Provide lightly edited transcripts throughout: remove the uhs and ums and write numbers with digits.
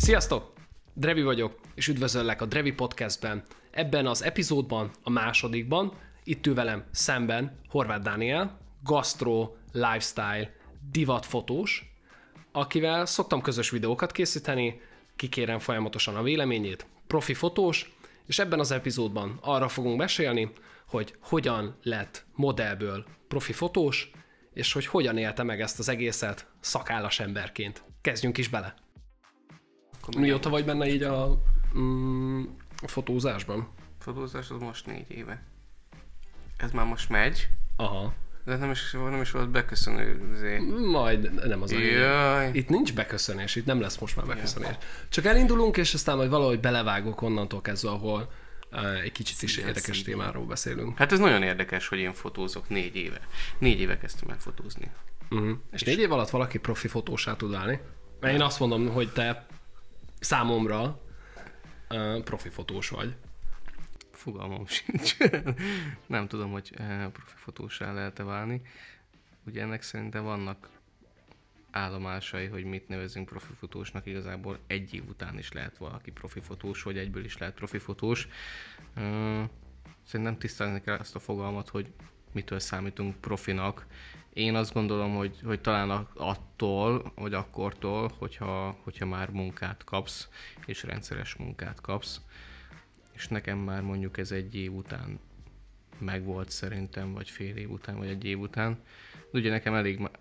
Sziasztok! Drevi vagyok, és üdvözöllek a Drevi Podcastben. Ebben az epizódban, a másodikban, itt ül velem szemben Horváth Dániel, gastro, lifestyle, divatfotós, akivel szoktam közös videókat készíteni, kikérem folyamatosan a véleményét, profi fotós, és ebben az epizódban arra fogunk mesélni, hogy hogyan lett modellből profi fotós, és hogy hogyan élte meg ezt az egészet szakállas emberként. Kezdjünk is bele! Mióta vagy benne így a fotózásban? Fotózás az most 4 éve. Ez már most megy. Aha. De nem is volt beköszönő azért. Majd nem az a lényeg. Itt nincs beköszönés, itt nem lesz most már beköszönés. Ja. Csak elindulunk, és aztán majd valahogy belevágok onnantól kezdve, ahol egy kicsit is érdekes témáról beszélünk. Hát ez nagyon érdekes, hogy én fotózok 4 éve. 4 éve kezdtem el fotózni. És 4 év alatt valaki profi fotósá tud válni? Mert én azt mondom, hogy te számomra profi fotós vagy. Fogalmam sincs. Nem tudom, hogy profi fotósá lehet-e válni. Ugye ennek szerintem vannak állomásai, hogy mit nevezünk profi fotósnak. Igazából egy év után is lehet valaki profi fotós, vagy egyből is lehet profi fotós. Szerintem tisztázni kell ezt a fogalmat, hogy mitől számítunk profinak. Én azt gondolom, hogy talán attól, vagy akkortól, hogyha már munkát kapsz, és rendszeres munkát kapsz, és nekem már mondjuk ez egy év után megvolt szerintem, vagy fél év után, vagy egy év után. De ugye nekem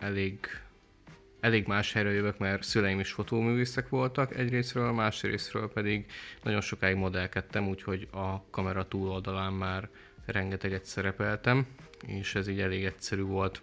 elég más helyre jövök, mert szüleim is fotóművészek voltak egyrészről, másrészről pedig nagyon sokáig modellkedtem, úgyhogy a kamera túloldalán már rengeteget szerepeltem, és ez így elég egyszerű volt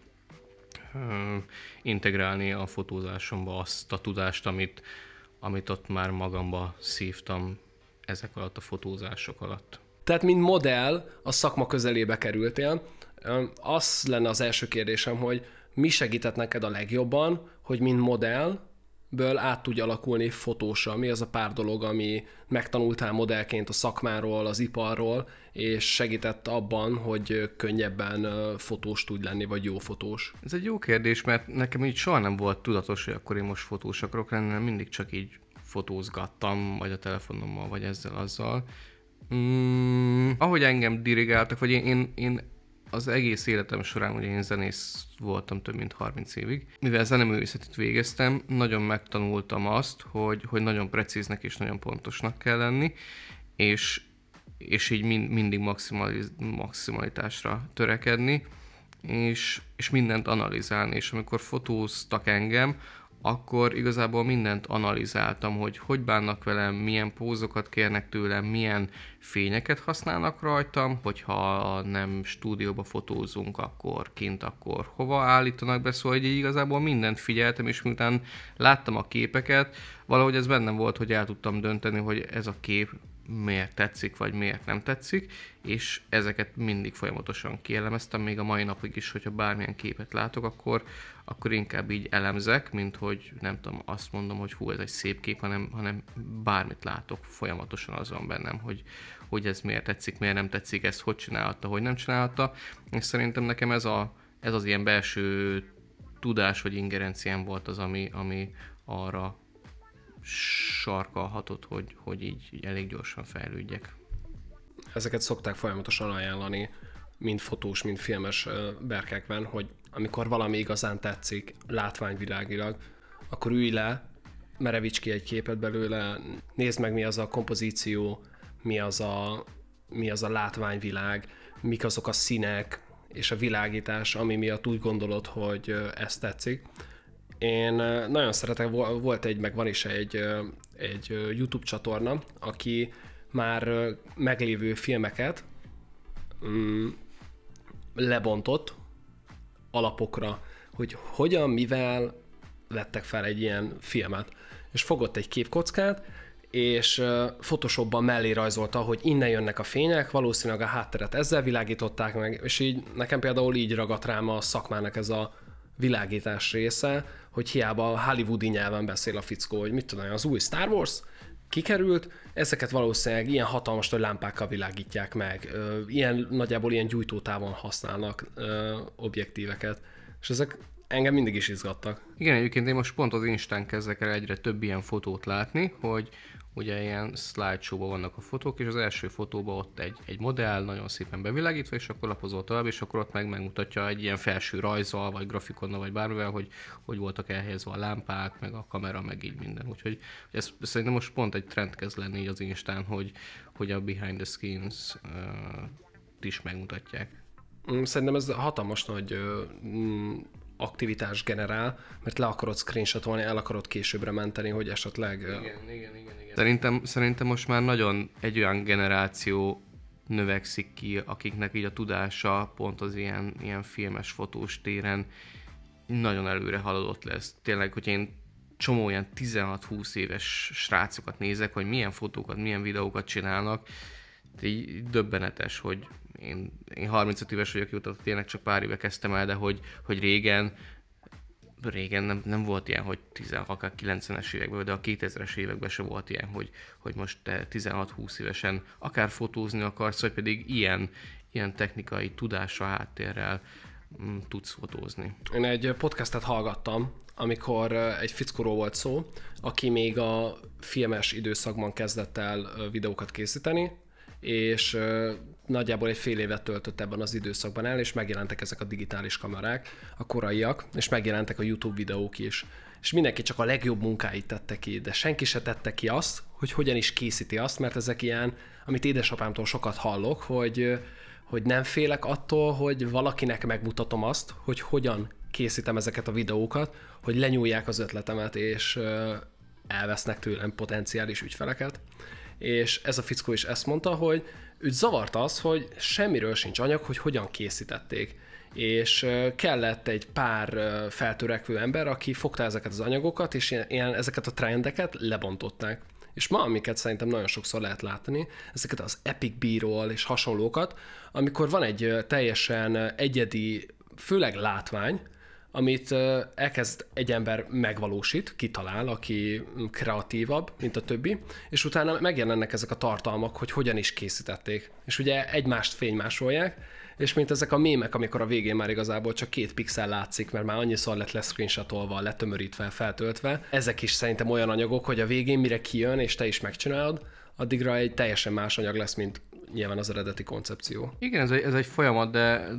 integrálni a fotózásomba azt a tudást, amit ott már magamba szívtam ezek alatt a fotózások alatt. Tehát, mint modell, a szakma közelébe kerültél. Az lenne az első kérdésem, hogy mi segített neked a legjobban, hogy mint modellből át tudj alakulni fotósra? Mi az a pár dolog, ami megtanultál modellként a szakmáról, az iparról, és segített abban, hogy könnyebben fotós tudj lenni, vagy jó fotós? Ez egy jó kérdés, mert nekem így soha nem volt tudatos, hogy akkor én most fotós akarok lenni, hanem mindig csak így fotózgattam, vagy a telefonommal, vagy ezzel-azzal. Ahogy engem dirigáltak, vagy én az egész életem során, ugye én zenész voltam több mint 30 évig. Mivel zeneművészetet végeztem, nagyon megtanultam azt, hogy nagyon precíznek és nagyon pontosnak kell lenni, és így mindig maximalitásra törekedni, és mindent analizálni. És amikor fotóztak engem, akkor igazából mindent analizáltam, hogy bánnak velem, milyen pózokat kérnek tőlem, milyen fényeket használnak rajtam, hogyha nem stúdióba fotózunk, akkor kint, akkor hova állítanak be, szóval így igazából mindent figyeltem, és miután láttam a képeket, valahogy ez bennem volt, hogy el tudtam dönteni, hogy ez a kép miért tetszik, vagy miért nem tetszik, és ezeket mindig folyamatosan kielemeztem, még a mai napig is, hogyha bármilyen képet látok, akkor inkább így elemzek, mint hogy nem tudom, azt mondom, hogy hú, ez egy szép kép, hanem bármit látok, folyamatosan az van bennem, hogy ez miért tetszik, miért nem tetszik, ezt hogy csinálhatta, hogy nem csinálhatta, és szerintem nekem ez az ilyen belső tudás, vagy ingerenciám volt az, ami arra sarkalhatott, hogy így elég gyorsan fejlődjek. Ezeket szokták folyamatosan ajánlani, mind fotós, mind filmes berkekben, hogy amikor valami igazán tetszik látványvilágilag, akkor ülj le, merevíts ki egy képet belőle, nézd meg, mi az a kompozíció, mi az a látványvilág, mik azok a színek és a világítás, ami miatt úgy gondolod, hogy ez tetszik. Én nagyon szeretek, meg van is egy YouTube csatorna, aki már meglévő filmeket lebontott alapokra, hogy hogyan, mivel vettek fel egy ilyen filmet. És fogott egy képkockát, és Photoshopban mellé rajzolta, hogy innen jönnek a fények, valószínűleg a hátteret ezzel világították meg, és így nekem például így ragadt rám a szakmának ez a világítás része, hogy hiába hollywoodi nyelven beszél a fickó, hogy mit tudom, az új Star Wars kikerült, ezeket valószínűleg ilyen hatalmas nagy lámpákkal világítják meg, nagyjából ilyen gyújtótávon használnak objektíveket, és engem mindig is izgattak. Igen, egyébként én most pont az Instán kezdek el egyre több ilyen fotót látni, hogy ugye ilyen slideshow-ban vannak a fotók, és az első fotóban ott egy modell, nagyon szépen bevilágítva, és akkor lapozol tovább, és akkor ott megmutatja egy ilyen felső rajzzal, vagy grafikonnal, vagy bármivel, hogy voltak elhelyezve a lámpák, meg a kamera, meg így minden. Úgyhogy ez szerintem most pont egy trend kezd lenni így az Instán, hogy a behind the scenes is megmutatják. Szerintem ez hatalmas nagy aktivitás generál, mert le akarod screenshotolni, el akarod későbbre menteni, hogy esetleg... Igen. Szerintem most már nagyon egy olyan generáció növekszik ki, akiknek így a tudása pont az ilyen filmes, fotós téren nagyon előre haladott lesz. Tényleg, hogy én csomó ilyen 16-20 éves srácokat nézek, hogy milyen fotókat, milyen videókat csinálnak, így döbbenetes, hogy én 35 éves vagyok, jutott, tényleg csak pár éve kezdtem el, de hogy régen nem volt ilyen, hogy 90-es években, de a 2000-es években sem volt ilyen, hogy most te 16-20 évesen akár fotózni akarsz, vagy pedig ilyen technikai tudással, háttérrel tudsz fotózni. Én egy podcastet hallgattam, amikor egy fickóról volt szó, aki még a filmes időszakban kezdett el videókat készíteni, és nagyjából egy fél évet töltött ebben az időszakban el, és megjelentek ezek a digitális kamerák, a koraiak, és megjelentek a YouTube videók is. És mindenki csak a legjobb munkáit tette ki, de senki se tette ki azt, hogy hogyan is készíti azt, mert ezek ilyen, amit édesapámtól sokat hallok, hogy nem félek attól, hogy valakinek megmutatom azt, hogy hogyan készítem ezeket a videókat, hogy lenyúlják az ötletemet, és elvesznek tőlem potenciális ügyfeleket. És ez a fickó is ezt mondta, hogy őt zavart az, hogy semmiről sincs anyag, hogy hogyan készítették. És kellett egy pár feltörekvő ember, aki fogta ezeket az anyagokat, és ezeket a trendeket lebontották. És ma, amiket szerintem nagyon sokszor lehet látni, ezeket az Epic B-ról és hasonlókat, amikor van egy teljesen egyedi, főleg látvány, amit elkezd egy ember megvalósít, kitalál, aki kreatívabb, mint a többi, és utána megjelennek ezek a tartalmak, hogy hogyan is készítették. És ugye egymást fénymásolják, és mint ezek a mémek, amikor a végén már igazából csak 2 pixel látszik, mert már annyiszor lett lescreenshotolva, letömörítve, feltöltve. Ezek is szerintem olyan anyagok, hogy a végén mire kijön, és te is megcsinálod, addigra egy teljesen más anyag lesz, mint nyilván az eredeti koncepció. Igen, ez egy folyamat,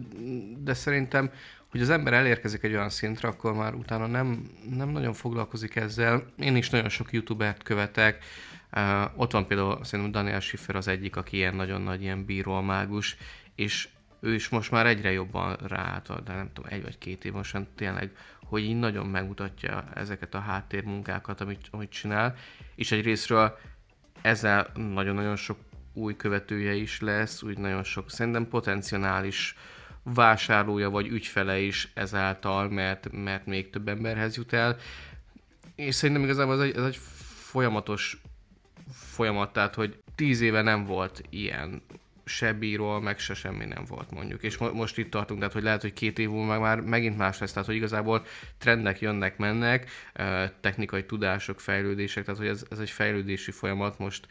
de szerintem, hogy az ember elérkezik egy olyan szintre, akkor már utána nem nagyon foglalkozik ezzel. Én is nagyon sok YouTubert követek. Ott van például szerintem Daniel Schiffer az egyik, aki ilyen nagyon nagy ilyen B-roll mágus, és ő is most már egyre jobban ráállt, de nem tudom, 1 vagy 2 év most tényleg, hogy így nagyon megmutatja ezeket a háttérmunkákat, amit csinál, és egyrésztről ezzel nagyon-nagyon sok új követője is lesz, úgy nagyon sok szerintem potenciális vásárlója vagy ügyfele is ezáltal, mert még több emberhez jut el. És szerintem igazából ez egy folyamatos folyamat, tehát hogy 10 éve nem volt ilyen, se bíról, meg se semmi nem volt mondjuk. És most itt tartunk, tehát hogy lehet, hogy 2 év múlva már megint más lesz, tehát hogy igazából trendek jönnek, mennek, technikai tudások, fejlődések, tehát hogy ez egy fejlődési folyamat most.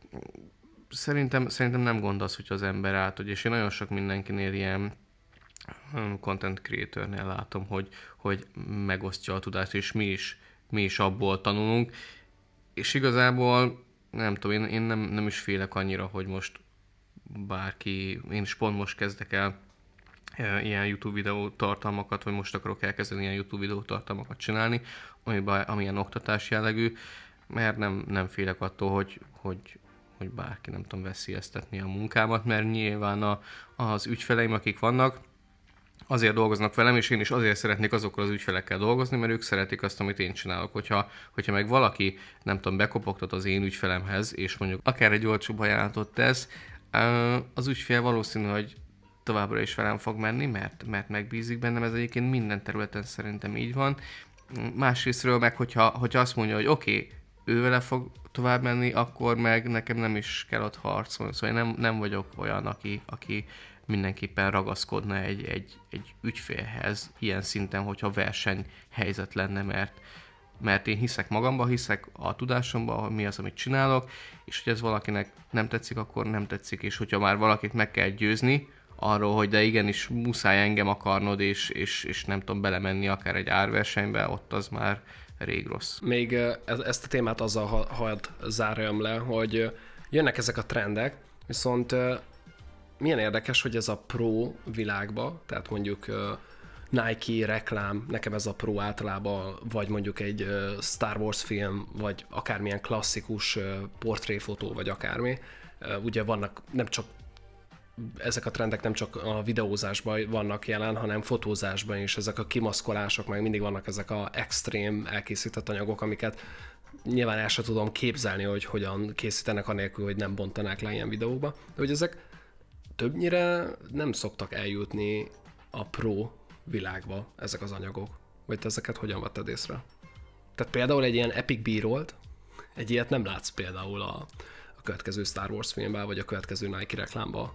Szerintem nem gond az, hogy az ember átadj, és én nagyon sok mindenkinél ilyen content creatornél látom, hogy megosztja a tudást, és mi is abból tanulunk, és igazából nem tudom, én nem is félek annyira, hogy most bárki, én is pont most kezdek el ilyen YouTube videó tartalmakat, vagy most akarok elkezdeni ilyen YouTube videó tartalmakat csinálni, ami ilyen oktatás jellegű, mert nem félek attól, hogy bárki nem tudom veszélyeztetni a munkámat, mert nyilván az ügyfeleim, akik vannak, azért dolgoznak velem, és én is azért szeretnék azokkal az ügyfelekkel dolgozni, mert ők szeretik azt, amit én csinálok. Hogyha meg valaki, nem tudom, bekopogtat az én ügyfelemhez, és mondjuk akár egy olcsóbb ajánlatot tesz, az ügyfél valószínű, hogy továbbra is velem fog menni, mert megbízik bennem, ez egyébként minden területen szerintem így van. Másrésztről meg, hogyha azt mondja, hogy oké, ő vele fog tovább menni, akkor meg nekem nem is kell ott harcolni. Szóval én nem vagyok olyan, aki mindenképpen ragaszkodna egy ügyfélhez ilyen szinten, hogyha versenyhelyzet lenne, mert én hiszek magamba, hiszek a tudásomba, hogy mi az, amit csinálok, és hogy ez valakinek nem tetszik, akkor nem tetszik, és hogyha már valakit meg kell győzni, arról, hogy de igenis muszáj engem akarnod, és nem tudom belemenni akár egy árversenybe, ott az már rég rossz. Még ezt a témát azzal hadd zárjam le, hogy jönnek ezek a trendek, viszont milyen érdekes, hogy ez a pro világba, tehát mondjuk Nike reklám, nekem ez a pro általában, vagy mondjuk egy Star Wars film, vagy akármilyen klasszikus portréfotó, vagy akármi. Ugye vannak nem csak ezek a trendek nem csak a videózásban vannak jelen, hanem fotózásban is, ezek a kimaszkolások, meg mindig vannak ezek a extrém elkészített anyagok, amiket nyilván el sem tudom képzelni, hogy hogyan készítenek anélkül, hogy nem bontanák le ilyen videóba. De hogy ezek többnyire nem szoktak eljutni a pro világba, ezek az anyagok. Vagy te ezeket hogyan vetted észre? Tehát például egy ilyen epic b-rollt, egy ilyet nem látsz például a következő Star Wars filmben, vagy a következő Nike reklámban.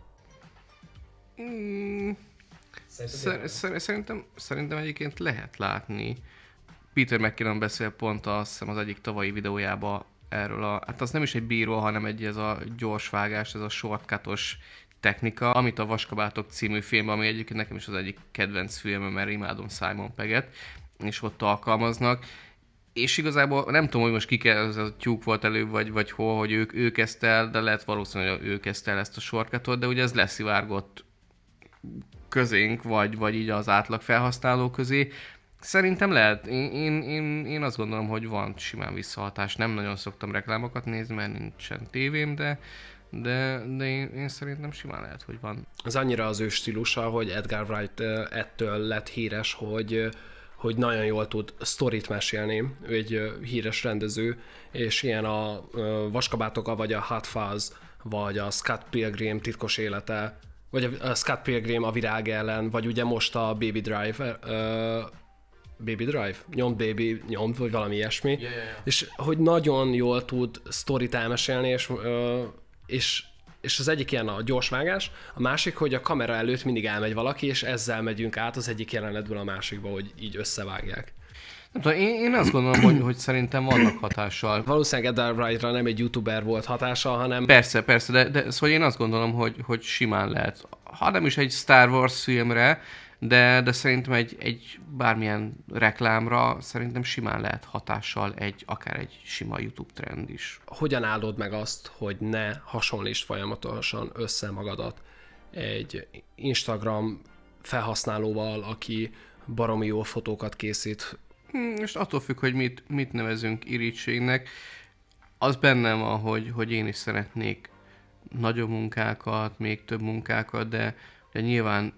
Szerintem egyébként lehet látni. Peter McKinnon beszél pont azt hiszem az egyik tavalyi videójában erről hát az nem is egy bíró, hanem ez a gyorsvágás, ez a shortcutos technika, amit a Vaskabátok című filmben, ami egyébként nekem is az egyik kedvenc filmem, mert imádom Simon Pegget, és ott alkalmaznak. És igazából nem tudom, hogy most ki ez a tyúk volt előbb, vagy hol, hogy ő kezdte el, de lehet valószínűleg, hogy ő kezdte el ezt a shortcutot, de ugye ez leszivárgott közénk, vagy így az átlag felhasználó közé. Szerintem lehet. Én azt gondolom, hogy van simán visszahatás. Nem nagyon szoktam reklámokat nézni, mert nincsen tévém, de én szerintem simán lehet, hogy van. Ez annyira az ő stílusa, hogy Edgar Wright ettől lett híres, hogy nagyon jól tud sztorit mesélni. Ő egy híres rendező, és ilyen a Vaskabátok, vagy a Hot Fuzz, vagy a Scott Pilgrim titkos élete, vagy a Scott Pilgrim a virág ellen, vagy ugye most a Baby Drive, Baby Drive? Nyomd, vagy valami ilyesmi. Yeah. És hogy nagyon jól tud sztorit elmesélni, és az egyik ilyen a gyorsvágás, a másik, hogy a kamera előtt mindig elmegy valaki, és ezzel megyünk át az egyik jelenetből a másikba, hogy így összevágják. Nem tudom, én azt gondolom, hogy szerintem vannak hatással. Valószínűleg Edgar Wrightra nem egy youtuber volt hatása, hanem... Persze, de szóval én azt gondolom, hogy simán lehet. Ha nem is egy Star Wars filmre, de szerintem egy bármilyen reklámra szerintem simán lehet hatással akár egy sima YouTube trend is. Hogyan állod meg azt, hogy ne hasonlítsd folyamatosan össze magadat egy Instagram felhasználóval, aki baromi jó fotókat készít? És attól függ, hogy mit nevezünk irítségnek. Az bennem van, hogy én is szeretnék nagyobb munkákat, még több munkákat, de nyilván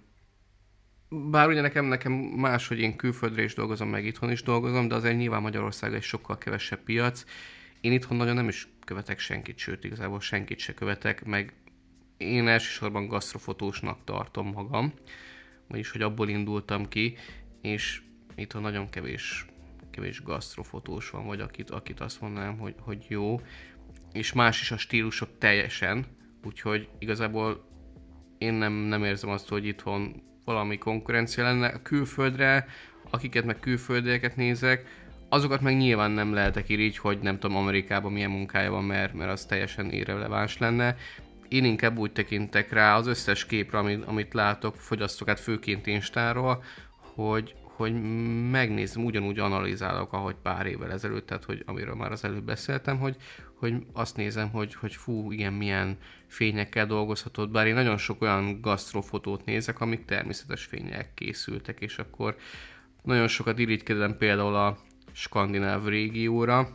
bár ugye nekem más, hogy én külföldre is dolgozom, meg itthon is dolgozom, de azért nyilván Magyarország egy sokkal kevesebb piac. Én itthon nagyon nem is követek senkit, sőt igazából senkit se követek, meg én elsősorban gasztrofotósnak tartom magam, vagyis hogy abból indultam ki, és itthon nagyon kevés gasztrofotós van, vagy akit azt mondanám, hogy jó, és más is a stílusok teljesen, úgyhogy igazából én nem érzem azt, hogy itthon valami konkurencia lenne a külföldre, akiket meg külföldieket nézek, azokat meg nyilván nem lehetek így, hogy nem tudom Amerikában milyen munkája van, mert az teljesen irreleváns lenne. Én inkább úgy tekintek rá az összes képre, amit látok, fogyasztok át főként Instáról, hogy megnézem, ugyanúgy analizálok, ahogy pár évvel ezelőtt, tehát hogy amiről már az előbb beszéltem, hogy azt nézem, hogy fú, igen, milyen fényekkel dolgozhatod, bár én nagyon sok olyan gasztrofotót nézek, amik természetes fények készültek, és akkor nagyon sokat irigykedem például a skandináv régióra,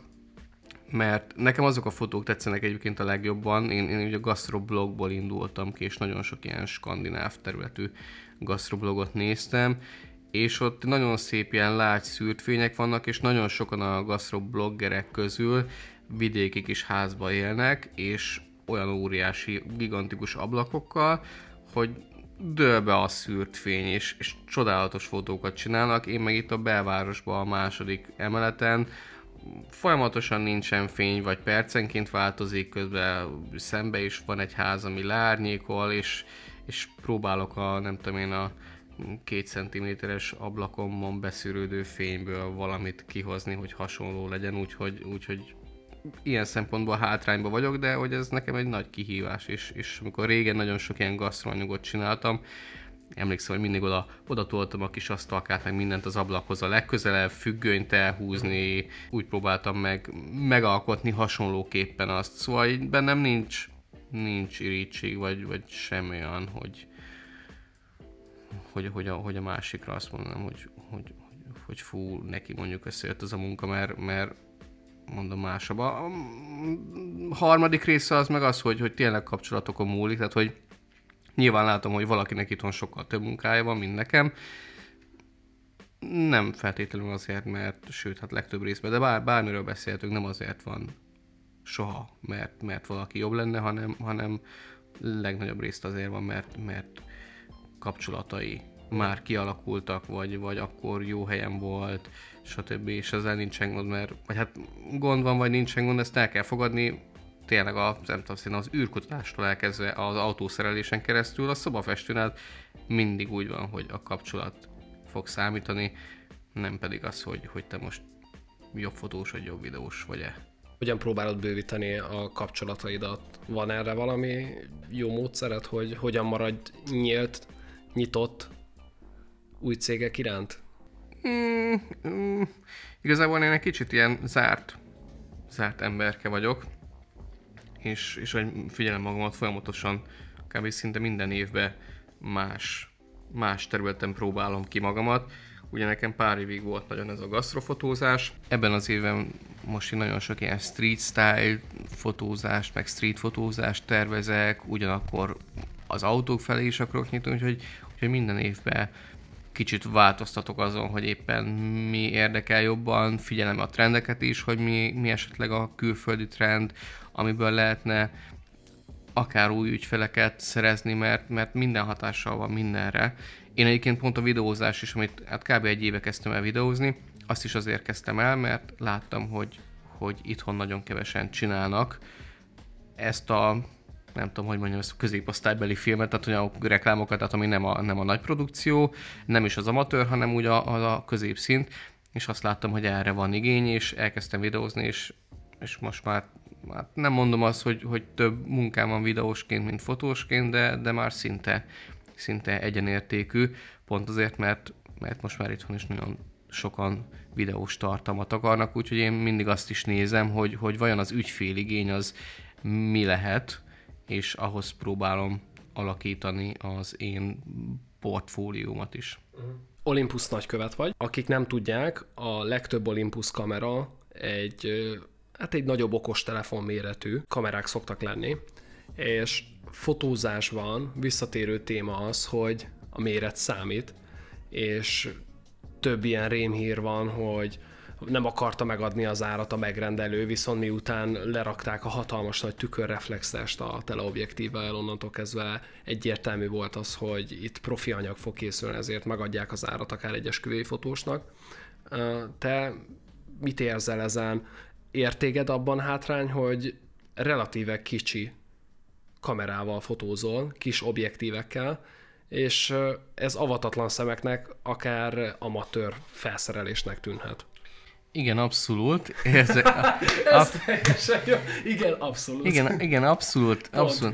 mert nekem azok a fotók tetszenek egyébként a legjobban, én ugye a gastroblogból indultam ki, és nagyon sok ilyen skandináv területű gastroblogot néztem, és ott nagyon szép ilyen lágy szűrt fények vannak, és nagyon sokan a gastrobloggerek közül vidéki kis házba élnek, és olyan óriási, gigantikus ablakokkal, hogy dől be a szűrt fény, és csodálatos fotókat csinálnak. Én meg itt a belvárosban a második emeleten folyamatosan nincsen fény, vagy percenként változik, közben szembe is van egy ház, ami leárnyékol, és próbálok a 2 cm-es ablakomon beszűrődő fényből valamit kihozni, hogy hasonló legyen, úgyhogy ilyen szempontból hátrányban vagyok, de hogy ez nekem egy nagy kihívás, és amikor régen nagyon sok ilyen gasztroanyagot csináltam, emlékszem, hogy mindig oda toltam a kis asztalkát, meg mindent az ablakhoz a legközelebb, függönyt elhúzni, úgy próbáltam megalkotni hasonlóképpen azt. Szóval így bennem nincs irítség, vagy semmi olyan, hogy a másikra azt mondanám, hogy fú, neki mondjuk összejött az a munka, mert mondom másabb. A harmadik része az meg az, hogy tényleg kapcsolatokon múlik, tehát hogy nyilván látom, hogy valakinek itthon sokkal több munkája van, mint nekem. Nem feltétlenül azért, sőt, hát legtöbb részben, de bármiről beszéltünk, nem azért van soha, mert valaki jobb lenne, hanem legnagyobb részt azért van, mert kapcsolatai már kialakultak, vagy akkor jó helyen volt, stb. És ezzel nincsen gond, vagy hát gond van, vagy nincsen gond, ezt el kell fogadni. Tényleg az űrkutatástól elkezdve az autószerelésen keresztül a szobafestőnél mindig úgy van, hogy a kapcsolat fog számítani, nem pedig az, hogy te most jobb fotós vagy jobb videós vagy-e. Hogyan próbálod bővíteni a kapcsolataidat? Van erre valami jó módszered, hogy hogyan maradj nyitott új cégek iránt? Igazából én egy kicsit ilyen zárt emberke vagyok, és hogy figyelem magamat folyamatosan, kb. Szinte minden évben más területen próbálom ki magamat. Ugye nekem pár évig volt nagyon ez a gasztrofotózás. Ebben az évben most én nagyon sok ilyen street style fotózást, meg street fotózást tervezek, ugyanakkor az autók felé is akarok nyitni, úgyhogy minden évben kicsit változtatok azon, hogy éppen mi érdekel jobban, figyelem a trendeket is, hogy mi esetleg a külföldi trend, amiből lehetne akár új ügyfeleket szerezni, mert minden hatással van mindenre. Én egyébként pont a videózás is, amit hát kb. Egy éve kezdtem el videózni, azt is azért kezdtem el, mert láttam, hogy itthon nagyon kevesen csinálnak ezt a, nem tudom, hogy mondjam, ezt a középosztálybeli filmet, tehát olyan reklámokat, tehát ami nem a nagy produkció, nem is az amatőr, hanem úgy a középszint, és azt láttam, hogy erre van igény, és elkezdtem videózni, és most már nem mondom azt, hogy több munkám van videósként, mint fotósként, de már szinte egyenértékű, pont azért, mert most már itthon is nagyon sokan videós tartalmat akarnak, úgyhogy én mindig azt is nézem, hogy vajon az ügyféligény az mi lehet, és ahhoz próbálom alakítani az én portfóliómat is. Olympus nagykövet vagy. Akik nem tudják, a legtöbb Olympus kamera egy nagyobb okostelefon méretű kamerák szoktak lenni, és fotózásban visszatérő téma az, hogy a méret számít, és több ilyen rémhír van, hogy nem akarta megadni az árat a megrendelő, viszont miután lerakták a hatalmas nagy tükörreflexest a teleobjektívvel, onnantól kezdve egyértelmű volt az, hogy itt profi anyag fog készülni, ezért megadják az árat akár egy esküvői fotósnak. Te mit érzel ezen? Ér téged abban hátrány, hogy relatíve kicsi kamerával fotózol, kis objektívekkel, és ez avatatlan szemeknek akár amatőr felszerelésnek tűnhet. Igen, abszolút. Ez teljesen jó. Igen, abszolút. Igen, abszolút.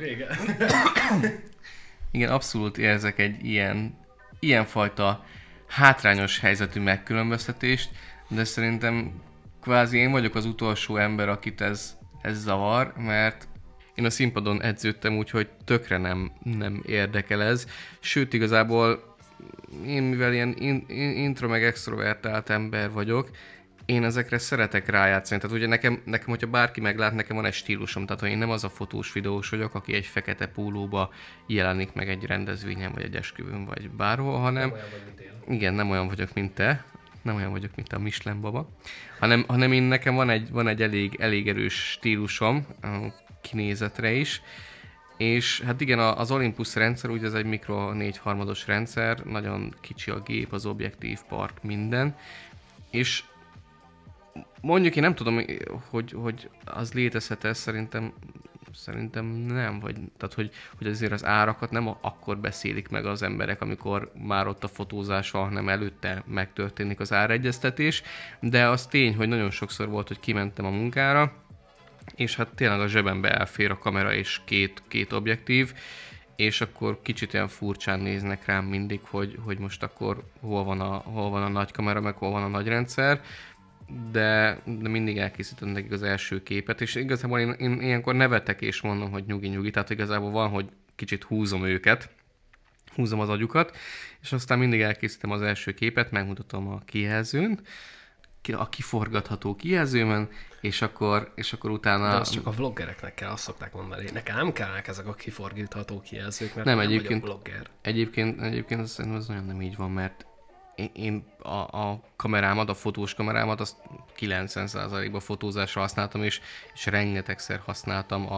Vége. Igen, abszolút érzek egy ilyenfajta hátrányos helyzetű megkülönböztetést, de szerintem kvázi én vagyok az utolsó ember, akit ez zavar, mert én a színpadon edződtem, úgyhogy tökre nem érdekel ez. Sőt, igazából én, mivel ilyen intro meg extrovertált ember vagyok, én ezekre szeretek rájátszani. Tehát ugye nekem, hogyha bárki meglát, nekem van egy stílusom. Tehát hogy én nem az a fotós videós vagyok, aki egy fekete pólóba jelenik meg egy rendezvényen, vagy egy esküvőn, vagy bárhol, hanem... Nem olyan vagy, mint én. Igen, nem olyan vagyok, mint te. Nem olyan vagyok, mint a Michelin baba. Hanem én nekem van egy elég erős stílusom, kinézetre is. És hát igen, az Olympus rendszer, ugye ez egy mikro 4/3-os rendszer, nagyon kicsi a gép, az objektív park, minden. És mondjuk én nem tudom, hogy az létezhet-e, szerintem nem, tehát hogy azért az árakat nem akkor beszélik meg az emberek, amikor már ott a fotózás van, hanem előtte megtörténik az áregyeztetés, de az tény, hogy nagyon sokszor volt, hogy kimentem a munkára, és hát tényleg a zsebembe elfér a kamera és két objektív, és akkor kicsit olyan furcsán néznek rám mindig, hogy most akkor hol van a nagy kamera, meg hol van a nagy rendszer, de mindig elkészítem nekik az első képet, és igazából én ilyenkor nevetek és mondom, hogy nyugi, tehát igazából van, hogy kicsit húzom őket, húzom az agyukat, és aztán mindig elkészítem az első képet, megmutatom a kijelzőn, a kiforgatható kijelzőmön, és akkor utána... De azt csak a vloggereknek kell, azt szokták mondani. Nekem nem kellnek ezek a kiforgatható kijelzők, mert nem vagyok vlogger. Egyébként az nagyon nem így van, mert én a kamerámat, a fotós kamerámat, azt 90%-ban fotózásra használtam, és rengetegszer használtam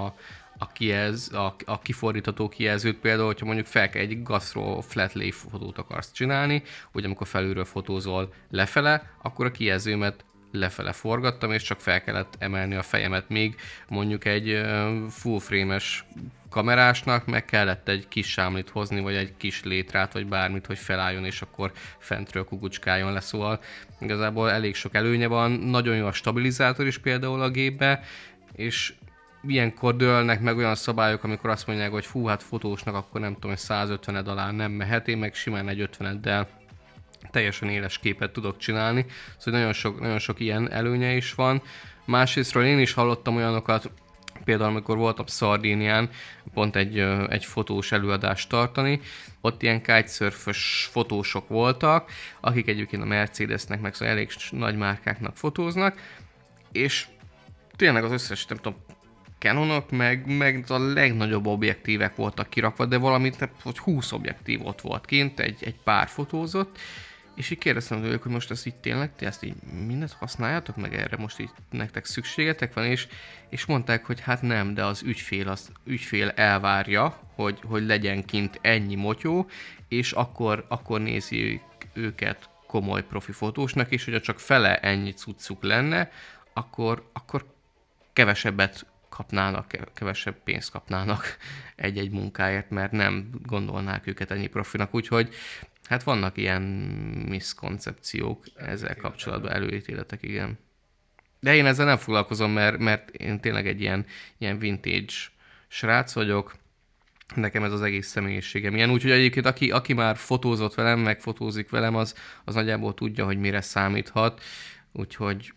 a kifordítható kijelzőt, például, hogyha mondjuk fel kell egy gastro flat lay fotót akarsz csinálni, hogy amikor felülről fotózol lefele, akkor a kijelzőmet lefele forgattam, és csak fel kellett emelni a fejemet, még mondjuk egy full frame-es kamerásnak meg kellett egy kis sámlit hozni, vagy egy kis létrát, vagy bármit, hogy felálljon, és akkor fentről kukucskáljon le, szóval igazából elég sok előnye van, nagyon jó a stabilizátor is például a gépbe, és ilyenkor dőlnek meg olyan szabályok, amikor azt mondják, hogy fú, hát fotósnak akkor nem tudom, hogy 150 alá nem mehet, én meg simán egy 50-del teljesen éles képet tudok csinálni, szóval nagyon sok ilyen előnye is van. Másrésztről én is hallottam olyanokat, például amikor voltam Szardínián, pont egy fotós előadást tartani, ott ilyen kitesurf-ös fotósok voltak, akik egyébként a Mercedesnek, meg szóval elég nagy márkáknak fotóznak, és tényleg az összes, nem tudom, Canonok, meg a legnagyobb objektívek voltak kirakva, de valamit, hogy 20 objektív ott volt kint, egy pár fotózott, és így kérdeztem tőlük, hogy most ezt így tényleg, ti ezt így mindent használjátok, meg erre most így nektek szükségetek van, és mondták, hogy hát nem, de az ügyfél elvárja, hogy legyen kint ennyi motyó, és akkor nézi őket komoly profi fotósnak, és hogyha csak fele ennyi cuccuk lenne, akkor kevesebbet kapnának, kevesebb pénzt kapnának egy-egy munkáért, mert nem gondolnák őket ennyi profinak, úgyhogy hát vannak ilyen miszkoncepciók ezzel kapcsolatban, előítéletek, igen. De én ezzel nem foglalkozom, mert én tényleg egy ilyen vintage srác vagyok, nekem ez az egész személyiségem ilyen, úgyhogy egyébként aki már fotózott velem, meg fotózik velem, az nagyjából tudja, hogy mire számíthat, úgyhogy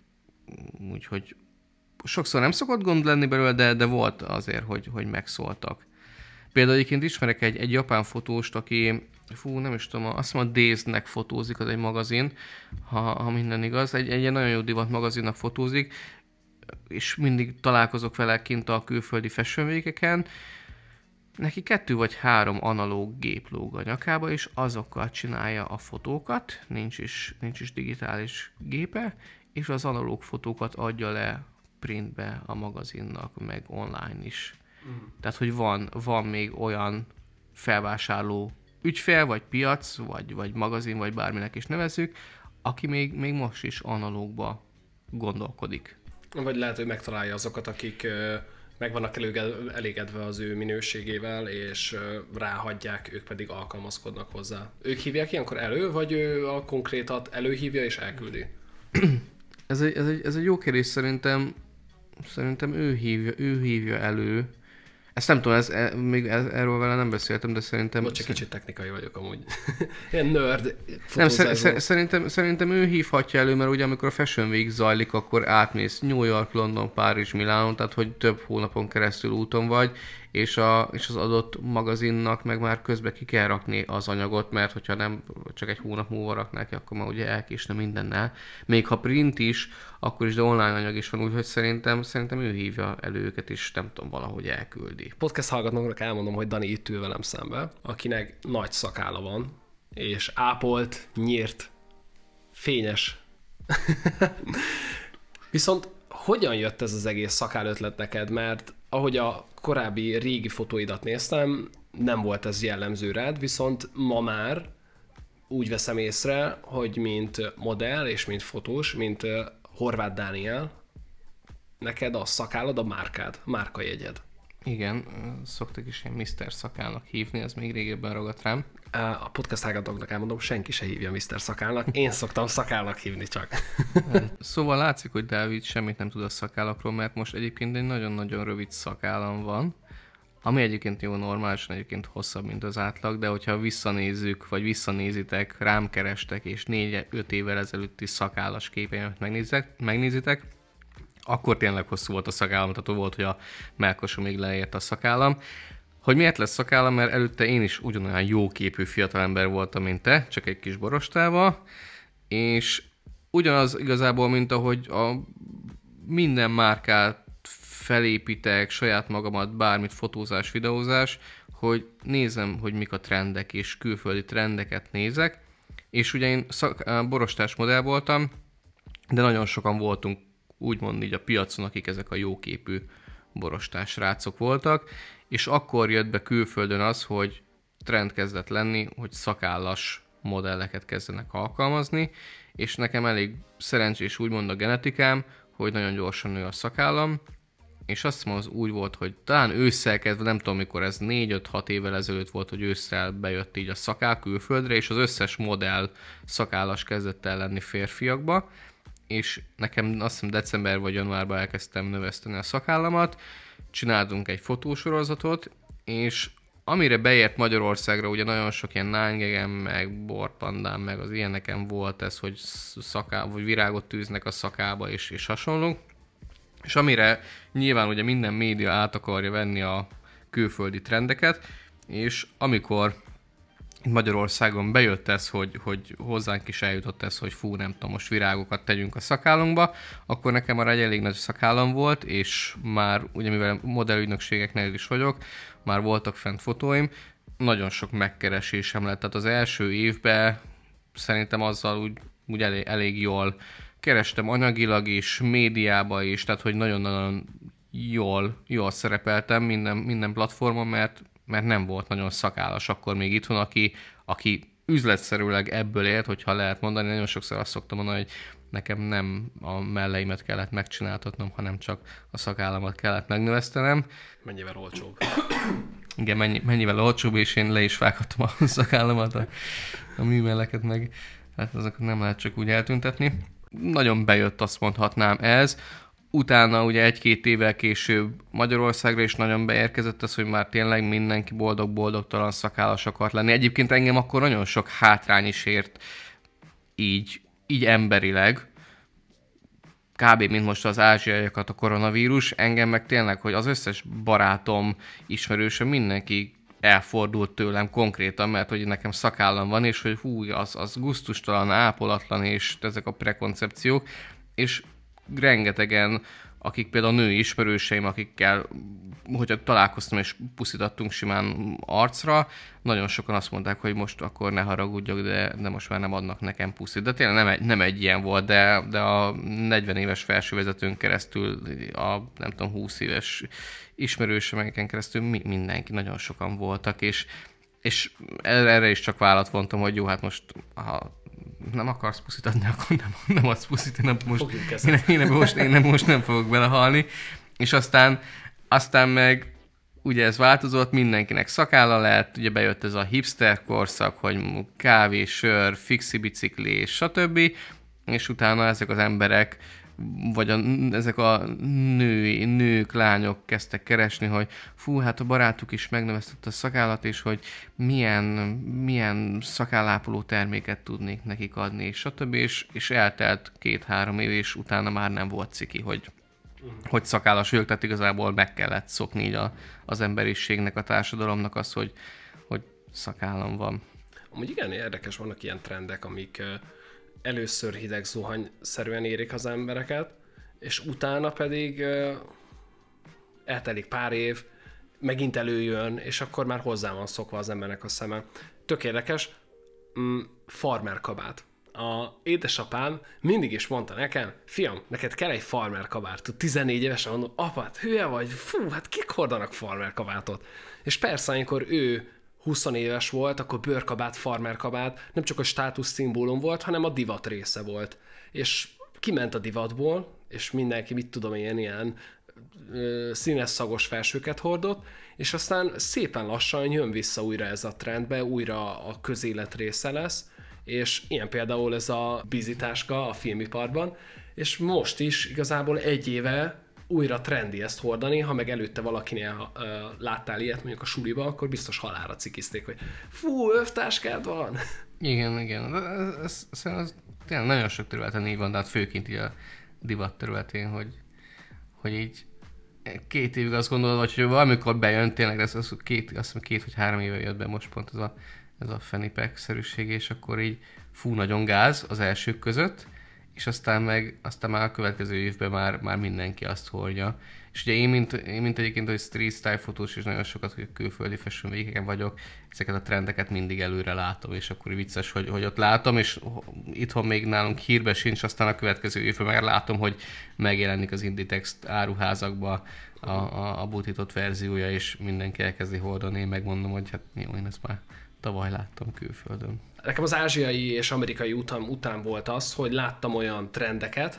sokszor nem szokott gond lenni belőle, de volt azért, hogy megszóltak. Például egyébként ismerek egy japán fotóst, aki, nem is tudom, azt mondom, a Dazed-nek fotózik, az egy magazin, ha minden igaz. Egy ilyen nagyon jó divat magazinnak fotózik, és mindig találkozok vele kint a külföldi fashion weekeken. Neki 2 vagy 3 analóg gép lóg a nyakába, és azokkal csinálja a fotókat, nincs is digitális gépe, és az analóg fotókat adja le printbe a magazinnak, meg online is. Tehát, hogy van még olyan felvásárló ügyfél, vagy piac, vagy magazin, vagy bárminek is nevezzük, aki még most is analógba gondolkodik. Vagy lehet, hogy megtalálja azokat, akik meg vannak elégedve az ő minőségével, és ráhagyják, ők pedig alkalmazkodnak hozzá. Ők hívják ilyenkor elő, vagy ő a konkrétat előhívja és elküldi? Ez egy jó kérdés, szerintem ő hívja elő. Ezt nem tudom, még erről vele nem beszéltem, de szerintem... Csak kicsit technikai vagyok amúgy. Ilyen nerd. Nem, szerintem ő hívhatja elő, mert ugye amikor a Fashion Week zajlik, akkor átmész New York, London, Párizs, Milánó, tehát hogy több hónapon keresztül úton vagy, és az adott magazinnak meg már közben ki kell rakni az anyagot, mert hogyha nem csak egy hónap múlva raknák ki, akkor már ugye elkésne mindennel. Még ha print is, akkor is, de online anyag is van, úgyhogy szerintem ő hívja elő őket, és nem tudom, valahogy elküldi. Podcast hallgatóknak elmondom, hogy Dani itt ül velem szembe, akinek nagy szakálla van, és ápolt, nyírt, fényes. Viszont hogyan jött ez az egész szakál ötlet neked? Mert ahogy a korábbi régi fotóidat néztem, nem volt ez jellemző rád, viszont ma már úgy veszem észre, hogy mint modell és mint fotós, mint Horváth Dániel, neked a szakállad a márkád, márkajegyed. Igen, szoktak is ilyen Mr. Szakálnak hívni, ez még régebben ragadt rám. A podcast hallgatóknak elmondom, senki se hívja Mr. Szakálnak, én szoktam Szakálnak hívni csak. Szóval látszik, hogy Dávid semmit nem tud a szakállakról, mert most egyébként egy nagyon-nagyon rövid szakállam van, ami egyébként jó, normálisan egyébként hosszabb, mint az átlag, de hogyha visszanézzük, vagy visszanézitek, rám kerestek, és 4-5 évvel ezelőtti szakállas képeimet megnézitek, akkor tényleg hosszú volt a szakállam, tehát volt, hogy a mellkasomig leért a szakállam. Hogy miért lesz szakállam, mert előtte én is ugyanolyan jóképű fiatalember voltam, mint te, csak egy kis borostával, és ugyanaz igazából, mint ahogy a minden márkát felépítek, saját magamat, bármit, fotózás, videózás, hogy nézem, hogy mik a trendek, és külföldi trendeket nézek, és ugye én borostás modell voltam, de nagyon sokan voltunk úgymond így a piacon, akik ezek a jóképű borostás rácok voltak, és akkor jött be külföldön az, hogy trend kezdett lenni, hogy szakállas modelleket kezdenek alkalmazni, és nekem elég szerencsés úgymond a genetikám, hogy nagyon gyorsan nő a szakállam, és azt hiszem, az úgy volt, hogy talán ősszel kezdve, nem tudom mikor, ez 4-5-6 évvel ezelőtt volt, hogy ősszel bejött így a szakál külföldre, és az összes modell szakállas kezdett el lenni férfiakba, és nekem azt hiszem december vagy januárban elkezdtem növeszteni a szakállamat, csináltunk egy fotósorozatot, és amire beért Magyarországra, ugye nagyon sok ilyen nángegem, meg borpandám, meg az ilyeneken volt ez, hogy vagy virágot tűznek a szakába, és hasonlók. És amire nyilván ugye minden média át akarja venni a külföldi trendeket, és amikor Magyarországon bejött ez, hogy hozzánk is eljutott ez, hogy fú, nem tudom, most virágokat tegyünk a szakállunkba, akkor nekem már egy elég nagy szakállam volt, és már, ugye mivel modellügynökségeknél is vagyok, már voltak fent fotóim, nagyon sok megkeresésem lett, tehát az első évben szerintem azzal úgy elég jól kerestem anyagilag is, médiába is, tehát hogy nagyon-nagyon jól szerepeltem minden platformon, mert nem volt nagyon szakállas akkor még itthon, aki üzletszerűleg ebből élt, hogyha lehet mondani. Nagyon sokszor azt szoktam mondani, hogy nekem nem a melleimet kellett megcsináltatnom, hanem csak a szakállamat kellett megnövesztenem. Mennyivel olcsóbb. Igen, mennyivel olcsóbb, és én le is vághattam a szakállamat, a műmeleket meg, hát azokat nem lehet csak úgy eltüntetni. Nagyon bejött, azt mondhatnám ez. Utána ugye 1-2 évvel később Magyarországra is nagyon beérkezett az, hogy már tényleg mindenki boldog-boldogtalan szakállas akart lenni. Egyébként engem akkor nagyon sok hátrány is ért így emberileg. Kb. Mint most az ázsiaiakat a koronavírus. Engem meg tényleg, hogy az összes barátom, ismerősöm, mindenki elfordult tőlem konkrétan, mert hogy nekem szakállam van, és hogy hú, az gusztustalan, ápolatlan, és ezek a prekoncepciók, és rengetegen, akik például női ismerőseim, akikkel, hogyha találkoztam és puszítattunk simán arcra, nagyon sokan azt mondták, hogy most akkor ne haragudjak, de most már nem adnak nekem puszit. De tényleg nem egy ilyen volt, de a 40 éves felsővezetőn keresztül, a nem tudom, 20 éves ismerőseimeken keresztül mindenki, nagyon sokan voltak, és erre is csak vállat vontam, hogy jó, hát most ha nem akarsz puszit adni, akkor nem adsz puszit, én most nem fogok belehalni. És aztán meg ugye ez változott, mindenkinek szakálla lett, ugye bejött ez a hipster korszak, hogy kávé, sör, fixi bicikli, és stb. És utána ezek az emberek, vagy ezek a nők, lányok kezdtek keresni, hogy fú, hát a barátuk is megnövesztette a szakállat, és hogy milyen szakállápoló terméket tudnék nekik adni, és stb. És eltelt 2-3 év, és utána már nem volt ciki, hogy szakállas vagyok, tehát igazából meg kellett szokni így az emberiségnek, a társadalomnak az, hogy szakállam van. Amúgy igen, érdekes, vannak ilyen trendek, amik először hideg zuhanyszerűen érik az embereket, és utána pedig eltelik pár év, megint előjön, és akkor már hozzá van szokva az embernek a szeme. Tök érdekes, farmer kabát. A édesapám mindig is mondta nekem, fiam, neked kell egy farmer kabát. 14 évesen mondom, apát, hülye vagy? Fú, hát kik hordanak farmer kabátot? És persze, amikor ő 20 éves volt, akkor bőrkabát, farmerkabát nem csak a státuszszimbólum volt, hanem a divat része volt. És kiment a divatból, és mindenki, mit tudom én, ilyen színes szagos felsőket hordott, és aztán szépen lassan jön vissza újra ez a trendbe, újra a közélet része lesz, és ilyen például ez a bizitáska a filmiparban, és most is igazából egy éve újra trendi ezt hordani, ha meg előtte valakinél láttál ilyet mondjuk a suliba, akkor biztos halálra cikizték, hogy fú, övtáskád van! Igen. Ez tényleg nagyon sok területen így van, de hát főként így a divat területén, hogy így 2 évig azt gondolod, hogy valamikor bejön, tényleg azt hiszem 2 vagy 3 éve jött be most pont ez a fanny pack-szerűség, és akkor így fú, nagyon gáz az elsők között, és aztán már a következő évben már mindenki azt hordja. És ugye én mint egyébként, hogy street style fotós, és nagyon sokat hogy külföldi fashion weekeken vagyok, ezeket a trendeket mindig előre látom, és akkor vicces, hogy ott látom, és itthon még nálunk hírbe sincs, aztán a következő évben már látom, hogy megjelenik az Inditex áruházakba a butított verziója, és mindenki elkezdi hordani, én megmondom, hogy hát jó, én ezt már tavaly láttam külföldön. Nekem az ázsiai és amerikai utam után volt az, hogy láttam olyan trendeket,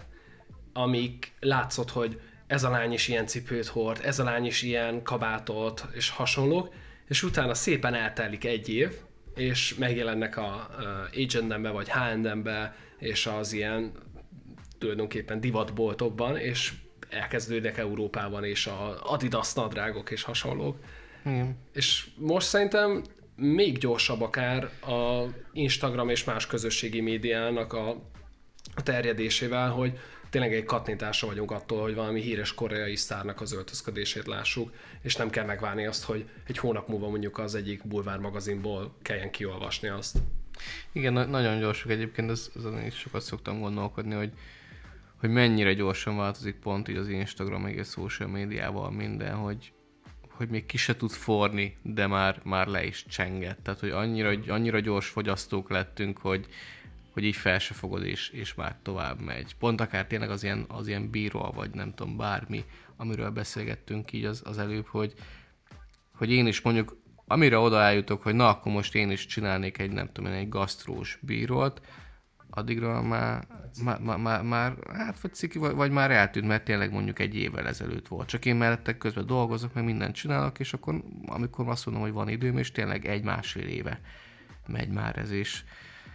amik látszott, hogy ez a lány is ilyen cipőt hord, ez a lány is ilyen kabátot, és hasonlók, és utána szépen eltelik egy év, és megjelennek a H&M-be vagy H&M-be, és az ilyen tulajdonképpen divatboltokban, és elkezdődnek Európában, és a Adidas nadrágok és hasonlók. Igen. És most szerintem még gyorsabb akár a Instagram és más közösségi médiának a terjedésével, hogy tényleg egy kattintásra vagyunk attól, hogy valami híres koreai sztárnak az öltözködését lássuk, és nem kell megvárni azt, hogy egy hónap múlva mondjuk az egyik bulvár magazinból kelljen kiolvasni azt. Igen, nagyon gyorsak egyébként, azon is sokat szoktam gondolkodni, hogy mennyire gyorsan változik pont így az Instagram, meg a social médiával minden, hogy még ki se tud forni, de már le is csengett. Tehát, hogy annyira gyors fogyasztók lettünk, hogy így fel se fogod, és már tovább megy. Pont akár tényleg az ilyen bíró, vagy nem tudom, bármi, amiről beszélgettünk így az előbb, hogy én is mondjuk, amire oda eljutok, hogy na, akkor most én is csinálnék egy gasztrós bírót, addigra már hát vagy ciki, vagy már eltűnt, mert tényleg mondjuk egy évvel ezelőtt volt. Csak én mellette közben dolgozok, meg mindent csinálok, és akkor amikor azt mondom, hogy van időm, és tényleg 1-1,5 éve megy már ez is.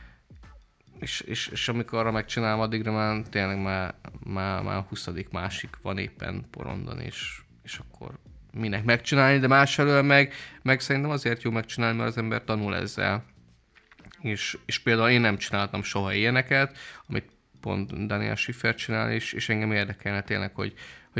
És amikor arra megcsinálom, addigra már tényleg már 20. másik van éppen porondon, és akkor minek megcsinálni, de másfelől meg szerintem azért jó megcsinálni, mert az ember tanul ezzel. És például én nem csináltam soha ilyeneket, amit pont Daniel Schiffer csinál, és engem érdekelne tényleg, hogy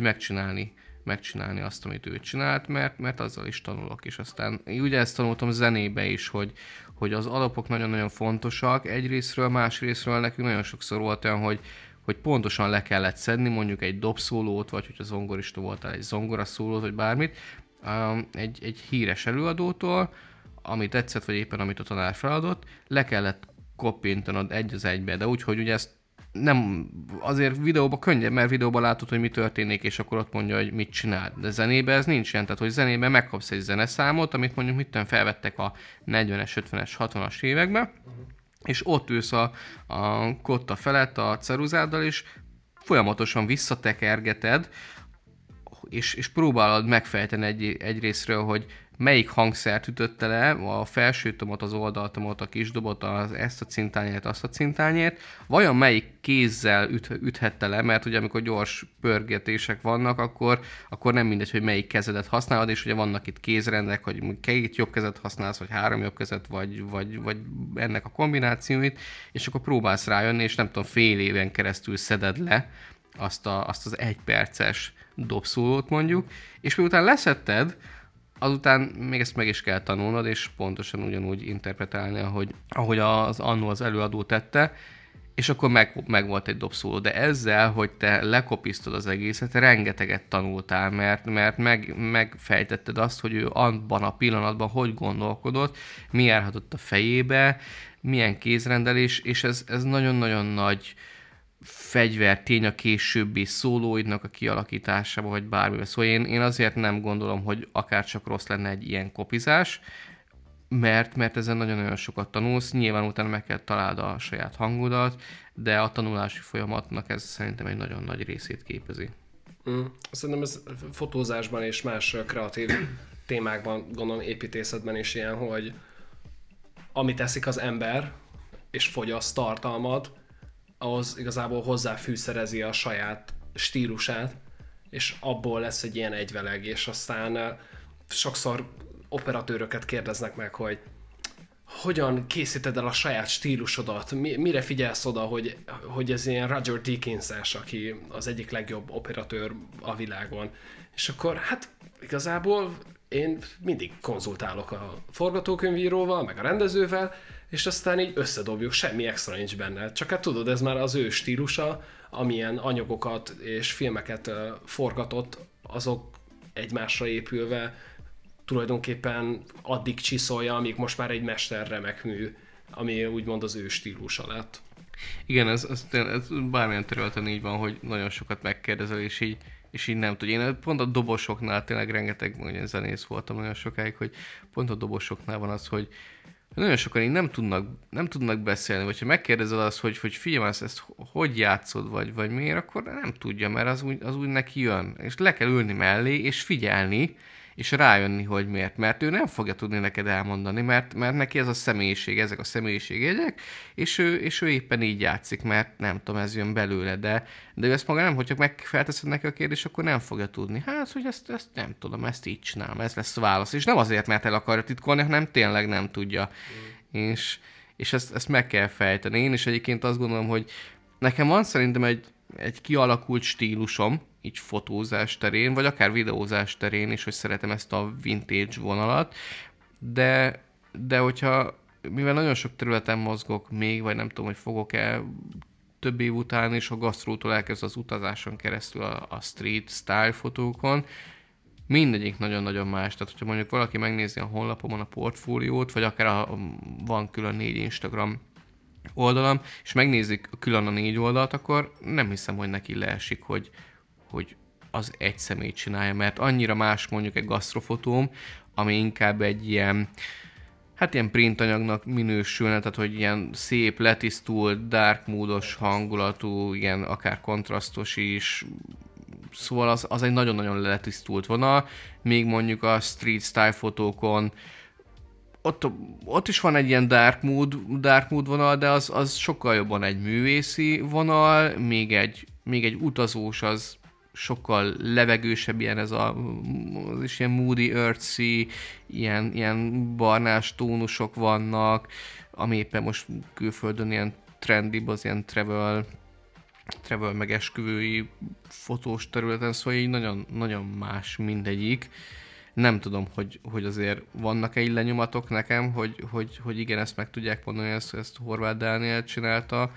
megcsinálni azt, amit ő csinált, mert azzal is tanulok. És aztán ugye ezt tanultam zenébe is, hogy az alapok nagyon-nagyon fontosak egyrészről, másrészről nekünk nagyon sokszor volt olyan, hogy pontosan le kellett szedni mondjuk egy dobszólót, vagy hogyha zongorista voltál, egy zongoraszólót, vagy bármit, egy híres előadótól, amit tetszett, vagy éppen amit a tanár feladott, le kellett koppintanod egy az egybe, de úgy, hogy ugye ezt nem, azért videóban könnyebb, mert videóban látod, hogy mi történik, és akkor ott mondja, hogy mit csinál. De zenében ez nincs ilyen, tehát hogy zenében megkapsz egy zeneszámot, amit mondjuk felvettek a 40-es, 50-es, 60-as években, és ott ülsz a kotta felett a ceruzáddal, és folyamatosan visszatekergeted, és próbálod megfejteni egyrészről, hogy melyik hangszert ütötte le, a felső tomot, az oldaltomot, a kis dobot, ezt a cintányért, azt a cintányért, vajon melyik kézzel üthette le, mert ugye amikor gyors pörgetések vannak, akkor nem mindegy, hogy melyik kezedet használod, és ugye vannak itt kézrendek, hogy 2 jobb kezet használsz, vagy 3 jobb kezet, vagy ennek a kombinációit, és akkor próbálsz rájönni, és nem tudom, fél éven keresztül szeded le azt az 1 perces dobszólót mondjuk, és miután leszedted, azután még ezt meg is kell tanulnod, és pontosan ugyanúgy interpretálni, ahogy az annó az előadó tette, és akkor meg volt egy dobszóló. De ezzel, hogy te lekopisztod az egészet, rengeteget tanultál, mert megfejtetted azt, hogy ő abban a pillanatban hogy gondolkodott, mi járhatott a fejébe, milyen kézrendelés, és ez nagyon-nagyon nagy fegyvertény a későbbi szólóidnak a kialakításába, vagy bármivel. Szóval én azért nem gondolom, hogy akár csak rossz lenne egy ilyen kopizás, mert ezen nagyon-nagyon sokat tanulsz, nyilván utána meg kell találd a saját hangodat, de a tanulási folyamatnak ez szerintem egy nagyon nagy részét képezi. Szerintem ez fotózásban és más kreatív témákban, gondolom építészetben is ilyen, hogy amit teszik az ember, és fogyaszt tartalmat, ahhoz igazából hozzáfűszerezi a saját stílusát, és abból lesz egy ilyen egyveleg, és aztán sokszor operatőröket kérdeznek meg, hogy hogyan készíted el a saját stílusodat, mire figyelsz oda, hogy ez ilyen Roger Deakins-es, aki az egyik legjobb operatőr a világon. És akkor hát igazából én mindig konzultálok a forgatókönyvíróval, meg a rendezővel, és aztán így összedobjuk, semmi extra nincs benne. Csak hát tudod, ez már az ő stílusa, amilyen anyagokat és filmeket forgatott, azok egymásra épülve tulajdonképpen addig csiszolja, amíg most már egy mesterremek mű, ami úgymond az ő stílusa lett. Igen, ez bármilyen területen így van, hogy nagyon sokat megkérdezel, és így nem tudja. Én pont a dobosoknál tényleg rengeteg olyan zenész voltam nagyon sokáig, hogy pont a dobosoknál van az, hogy nagyon sokan így nem tudnak beszélni, vagy ha megkérdezel azt, hogy figyelj, ezt hogy játszod, vagy miért, akkor nem tudja, mert az úgy neki jön. És le kell ülni mellé, és figyelni, és rájönni, hogy miért. Mert ő nem fogja tudni neked elmondani, mert neki ez a személyiség, ezek a személyiségjegyek, és ő éppen így játszik, mert nem tudom, ez jön belőle, de ő ezt maga nem, hogyha megfelteszed neki a kérdést, akkor nem fogja tudni. Hát, hogy ezt nem tudom, ezt így csinálom, ez lesz a válasz. És nem azért, mert el akarja titkolni, hanem tényleg nem tudja. És ezt meg kell fejteni. Én is egyébként azt gondolom, hogy nekem van szerintem egy kialakult stílusom, így fotózás terén, vagy akár videózás terén is, hogy szeretem ezt a vintage vonalat, de hogyha, mivel nagyon sok területen mozgok még, vagy nem tudom, hogy fogok-e több év után is, a gasztrótól elkezd az utazáson keresztül a street style fotókon, mindegyik nagyon-nagyon más. Tehát, hogyha mondjuk valaki megnézi a honlapomon a portfóliót, vagy akár van külön 4 Instagram oldalam, és megnézik külön a 4 oldalt, akkor nem hiszem, hogy neki leesik, hogy az egy személy csinálja, mert annyira más mondjuk egy gasztrofotóm, ami inkább egy ilyen printanyagnak minősülne, tehát hogy ilyen szép, letisztult, dark módos hangulatú, ilyen akár kontrasztos is, szóval az egy nagyon-nagyon letisztult vonal, még mondjuk a street style fotókon ott is van egy ilyen dark mood vonal, de az sokkal jobban egy művészi vonal, még egy utazós, az sokkal levegősebb, ilyen az is ilyen moody, earthy, ilyen barnás tónusok vannak, ami éppen most külföldön ilyen trendy, az ilyen travel meg esküvői fotós területen, szóval így nagyon, nagyon más mindegyik. Nem tudom, hogy azért vannak-e így lenyomatok nekem, hogy igen, ezt meg tudják mondani, ezt Horváth Dániel csinálta.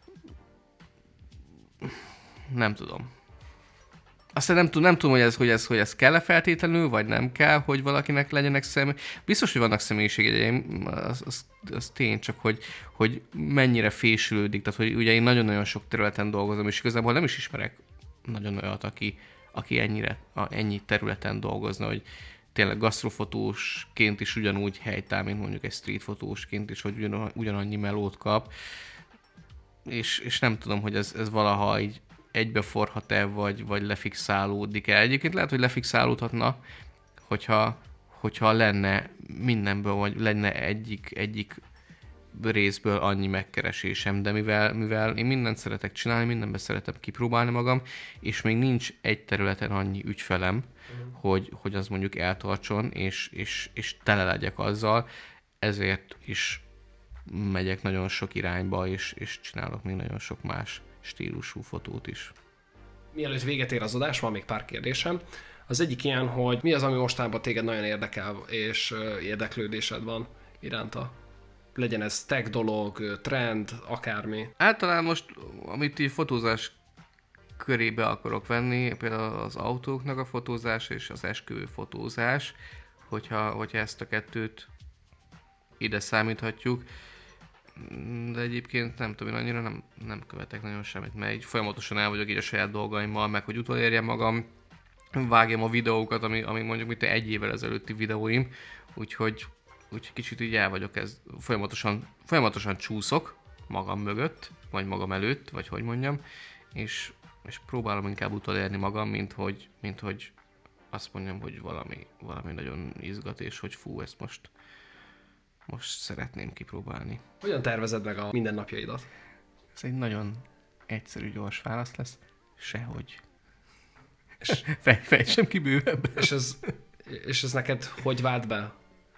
Nem tudom. Aztán nem tudom, hogy ez kell-e feltétlenül, vagy nem kell, hogy valakinek legyenek biztos, hogy vannak személyiségegyeim, az tény, csak hogy mennyire fésülődik. Tehát, hogy ugye én nagyon-nagyon sok területen dolgozom, és igazából nem is ismerek nagyon olyat, aki ennyi területen dolgozna, hogy tényleg gasztrofotósként is ugyanúgy helytáll, mint mondjuk egy streetfotósként is, hogy ugyanannyi melót kap. És nem tudom, hogy ez valaha így egybeforhat-e, vagy lefixálódik-e. Egyébként lehet, hogy lefixálódhatna, hogyha lenne mindenből, vagy lenne egyik részből annyi megkeresésem, de mivel én mindent szeretek csinálni, mindenben szeretem kipróbálni magam, és még nincs egy területen annyi ügyfelem, hogy az mondjuk eltartson, és tele legyek azzal, ezért is megyek nagyon sok irányba, és csinálok még nagyon sok más stílusú fotót is. Mielőtt véget ér az adás, van még pár kérdésem. Az egyik ilyen, hogy mi az, ami mostában téged nagyon érdekel, és érdeklődésed van iránta? Legyen ez tech dolog, trend, akármi. Általán most, amit így fotózás körébe akarok venni, például az autóknak a fotózás és az esküvő fotózás, hogyha ezt a kettőt ide számíthatjuk. De egyébként nem tudom, én annyira nem követek nagyon semmit, mert így folyamatosan el vagyok így a saját dolgaimmal, meg hogy utolérjem magam, vágjam a videókat, ami mondjuk mint egy évvel ezelőtti videóim, úgyhogy kicsit így el vagyok, folyamatosan csúszok magam mögött, vagy magam előtt, vagy hogy mondjam, és és próbálom inkább utolérni magam, mint hogy azt mondjam, hogy valami nagyon izgat, és hogy fú, ezt most szeretném kipróbálni. Hogyan tervezed meg a mindennapjaidat? Ez egy nagyon egyszerű, gyors válasz lesz. Sehogy. És, Fejtsem ki bővebben. és ez neked hogy vált be?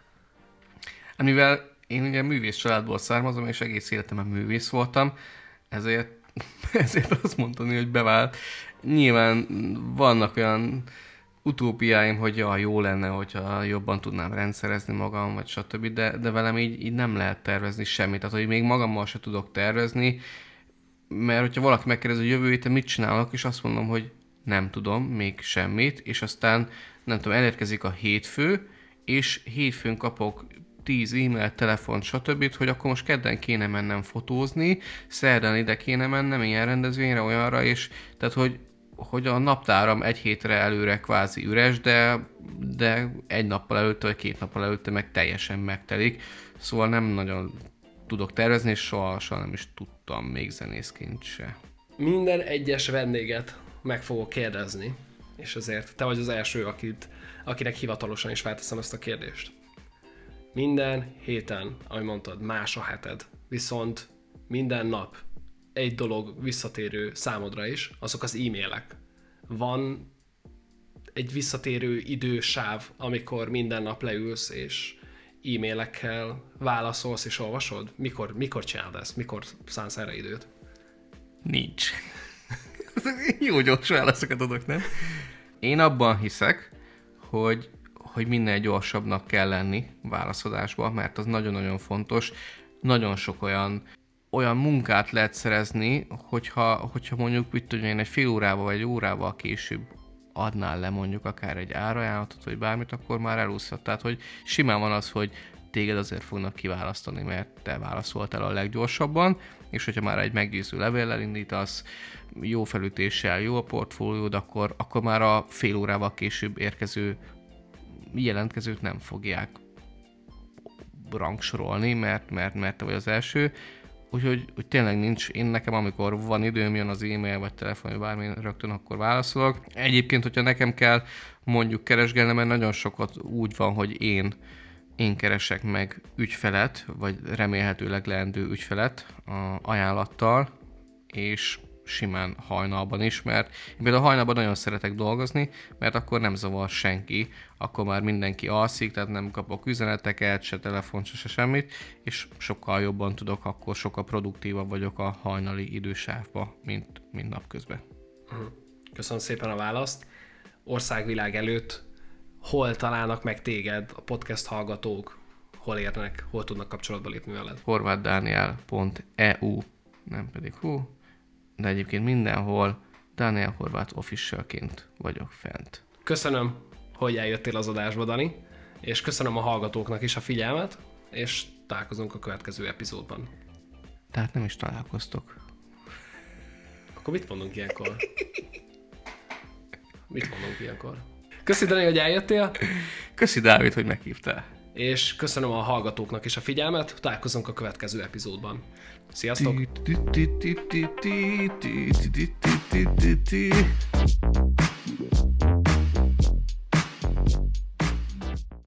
Hát mivel én ugye művész családból származom, és egész életemben művész voltam, ezért azt mondani, hogy bevált. Nyilván vannak olyan utópiáim, hogy jó lenne, hogyha jobban tudnám rendszerezni magam, vagy stb., de velem így nem lehet tervezni semmit. Tehát, hogy még magammal se tudok tervezni, mert hogyha valaki megkérdezi, hogy jövő héten mit csinálok, és azt mondom, hogy nem tudom még semmit, és aztán nem tudom, elérkezik a hétfő, és hétfőn kapok 10 e-mail, telefont, stb., hogy akkor most kedden kéne mennem fotózni, szerdán ide kéne mennem ilyen rendezvényre, olyanra, és tehát, hogy a naptáram egy hétre előre kvázi üres, de egy nappal előtte, vagy 2 nappal előtte meg teljesen megtelik, szóval nem nagyon tudok tervezni, és soha nem is tudtam még zenészként se. Minden egyes vendéget meg fogok kérdezni, és ezért te vagy az első, akinek hivatalosan is felteszem ezt a kérdést. Minden héten, ahogy mondtad, más a heted, viszont minden nap egy dolog visszatérő számodra is, azok az e-mailek. Van egy visszatérő idősáv, amikor minden nap leülsz, és e-mailekkel válaszolsz és olvasod? Mikor csinálod ezt? Mikor szánsz erre időt? Nincs. Jó gyors válaszokat adok, nem? Én abban hiszek, hogy minél gyorsabbnak kell lenni válaszadásban, mert az nagyon-nagyon fontos. Nagyon sok olyan munkát lehet szerezni, hogyha mondjuk, mit tudom én, egy fél órával vagy egy órával később adnál le mondjuk akár egy árajánlatot, vagy bármit, akkor már elúszhat. Tehát, hogy simán van az, hogy téged azért fognak kiválasztani, mert te válaszoltál a leggyorsabban, és hogyha már egy meggyőző levéllel indítasz, jó felütéssel, jó a portfóliód, akkor már a fél órával később érkező jelentkezőt nem fogják rangsorolni, mert te vagy az első. Úgyhogy tényleg nincs, nekem amikor van időm, jön az e-mail vagy telefon, vagy bármi, rögtön akkor válaszolok. Egyébként, hogyha nekem kell mondjuk keresgélnem, mert nagyon sokat úgy van, hogy én keresek meg ügyfelet, vagy remélhetőleg leendő ügyfelet ajánlattal, és simán hajnalban is, mert én például hajnalban nagyon szeretek dolgozni, mert akkor nem zavar senki, akkor már mindenki alszik, tehát nem kapok üzeneteket, se telefont, se semmit, és sokkal jobban tudok, akkor sokkal produktívabb vagyok a hajnali idősávba, mint napközben. Köszönöm szépen a választ. Országvilág előtt hol találnak meg téged a podcast hallgatók, hol tudnak kapcsolatba lépni veled? horvathdaniel.eu, nem pedig de egyébként mindenhol Daniel Horváth officialként vagyok fent. Köszönöm, hogy eljöttél az adásba, Dani, és köszönöm a hallgatóknak is a figyelmet, és találkozunk a következő epizódban. Tehát nem is találkoztok. Akkor mit mondunk ilyenkor? Köszi, Dani, hogy eljöttél. Köszi, Dávid, hogy meghívtál. És köszönöm a hallgatóknak is a figyelmet, találkozunk a következő epizódban. Sziasztok!